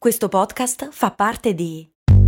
Questo podcast fa parte di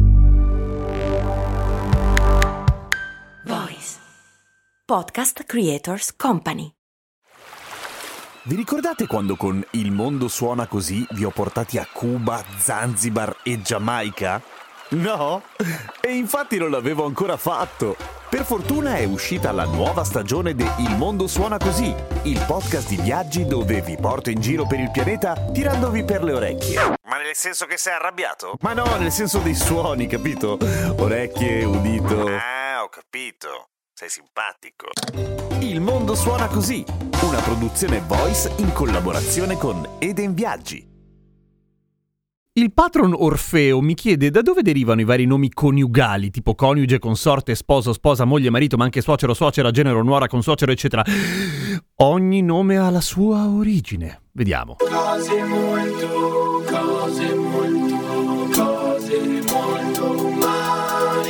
Voice Podcast Creators Company. Vi ricordate quando con Il mondo suona così vi ho portati a Cuba, Zanzibar e Giamaica? No? E infatti non l'avevo ancora fatto. Per fortuna è uscita la nuova stagione di Il mondo suona così, il podcast di viaggi dove vi porto in giro per il pianeta tirandovi per le orecchie. Ma nel senso che sei arrabbiato? Ma no, nel senso dei suoni, capito? Orecchie, udito. Ah, ho capito. Sei simpatico. Il mondo suona così, una produzione Voice in collaborazione con Eden Viaggi. Il patron Orfeo mi chiede da dove derivano i vari nomi coniugali, tipo coniuge, consorte, sposo, sposa, moglie, marito, ma anche suocero, suocera, genero, nuora, consuocero, eccetera. Ogni nome ha la sua origine. Vediamo. Cose molto umane.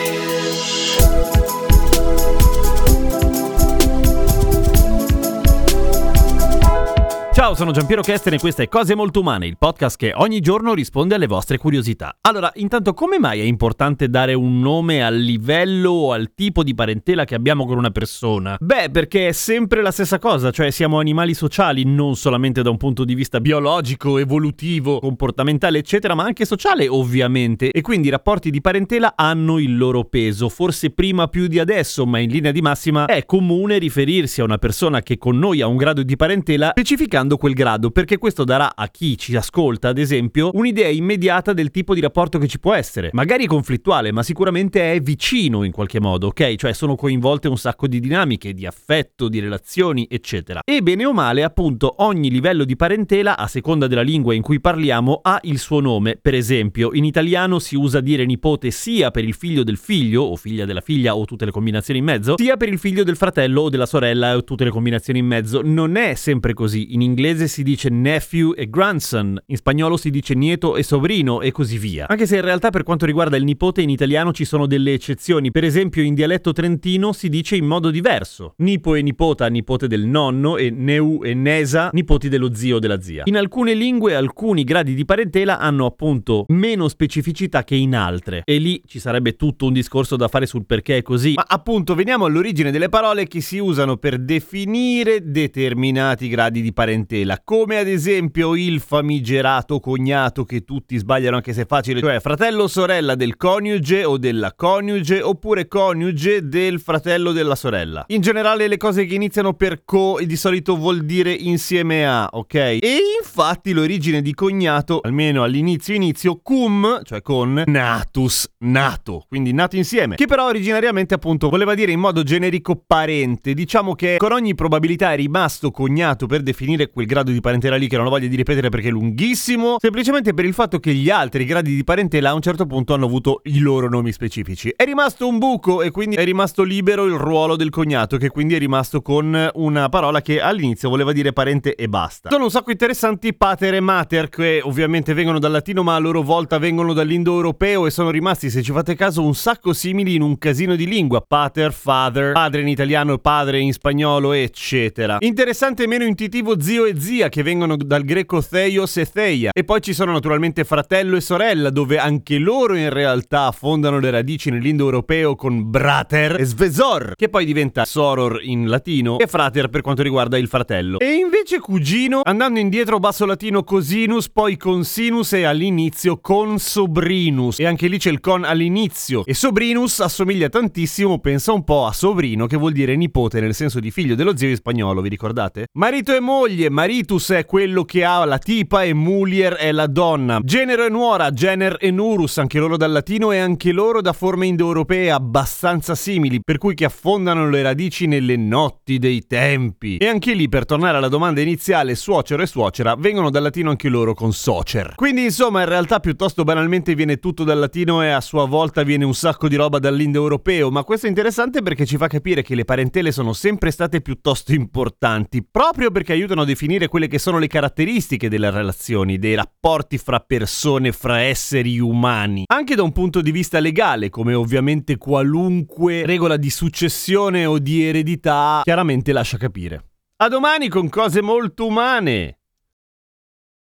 Ciao, sono Giampiero Kesten e questa è Cose Molto Umane, il podcast che ogni giorno risponde alle vostre curiosità. Allora, intanto, come mai è importante dare un nome al livello o al tipo di parentela che abbiamo con una persona? Beh, perché è sempre la stessa cosa, cioè siamo animali sociali, non solamente da un punto di vista biologico, evolutivo, comportamentale, eccetera, ma anche sociale, ovviamente. E quindi i rapporti di parentela hanno il loro peso, forse prima più di adesso, ma in linea di massima è comune riferirsi a una persona che con noi ha un grado di parentela specificando quel grado, perché questo darà a chi ci ascolta, ad esempio, un'idea immediata del tipo di rapporto che ci può essere. Magari conflittuale, ma sicuramente è vicino in qualche modo, ok? Cioè sono coinvolte un sacco di dinamiche, di affetto, di relazioni, eccetera. E bene o male, appunto, ogni livello di parentela, a seconda della lingua in cui parliamo, ha il suo nome. Per esempio, in italiano si usa dire nipote sia per il figlio del figlio, o figlia della figlia, o tutte le combinazioni in mezzo, sia per il figlio del fratello o della sorella, o tutte le combinazioni in mezzo. Non è sempre così. In inglese si dice nephew e grandson, in spagnolo si dice nieto e sovrino e così via. Anche se in realtà per quanto riguarda il nipote in italiano ci sono delle eccezioni. Per esempio in dialetto trentino si dice in modo diverso. Nipo e nipota, nipote del nonno, e neu e nesa, nipoti dello zio o della zia. In alcune lingue alcuni gradi di parentela hanno appunto meno specificità che in altre. E lì ci sarebbe tutto un discorso da fare sul perché è così. Ma appunto veniamo all'origine delle parole che si usano per definire determinati gradi di parentela, come ad esempio il famigerato cognato, che tutti sbagliano anche se è facile, cioè fratello o sorella del coniuge o della coniuge, oppure coniuge del fratello della sorella. In generale le cose che iniziano per co di solito vuol dire insieme a, ok? E infatti l'origine di cognato, almeno all'inizio, cum, cioè con, natus, nato, quindi nato insieme, che però originariamente appunto voleva dire in modo generico parente. Diciamo che con ogni probabilità è rimasto cognato per definire quel grado di parentela lì, che non ho voglia di ripetere perché è lunghissimo, semplicemente per il fatto che gli altri gradi di parentela a un certo punto hanno avuto i loro nomi specifici. È rimasto un buco e quindi è rimasto libero il ruolo del cognato, che quindi è rimasto con una parola che all'inizio voleva dire parente e basta. Sono un sacco interessanti pater e mater, che ovviamente vengono dal latino ma a loro volta vengono dall'indoeuropeo e sono rimasti, se ci fate caso, un sacco simili in un casino di lingua. Pater, father, padre in italiano, padre in spagnolo, eccetera. Interessante e meno intuitivo zio e zia, che vengono dal greco theios e theia, e poi ci sono naturalmente fratello e sorella, dove anche loro in realtà fondano le radici nell'indoeuropeo con brater e svesor, che poi diventa soror in latino, e frater per quanto riguarda il fratello. E invece cugino, andando indietro, basso latino cosinus, poi consinus e all'inizio consobrinus, e anche lì c'è il con all'inizio, e sobrinus assomiglia tantissimo, pensa un po', a sovrino, che vuol dire nipote nel senso di figlio dello zio in spagnolo, vi ricordate? Marito e moglie, maritus è quello che ha la tipa e mulier è la donna. Genero e nuora, gener e nurus, anche loro dal latino e anche loro da forme indoeuropee abbastanza simili, per cui che affondano le radici nelle notti dei tempi. E anche lì, per tornare alla domanda iniziale, suocero e suocera vengono dal latino anche loro con socer. Quindi insomma in realtà piuttosto banalmente viene tutto dal latino e a sua volta viene un sacco di roba dall'indoeuropeo, ma questo è interessante perché ci fa capire che le parentele sono sempre state piuttosto importanti, proprio perché aiutano a definire quelle che sono le caratteristiche delle relazioni, dei rapporti fra persone, fra esseri umani, anche da un punto di vista legale, come ovviamente qualunque regola di successione o di eredità chiaramente lascia capire. A domani con Cose Molto Umane!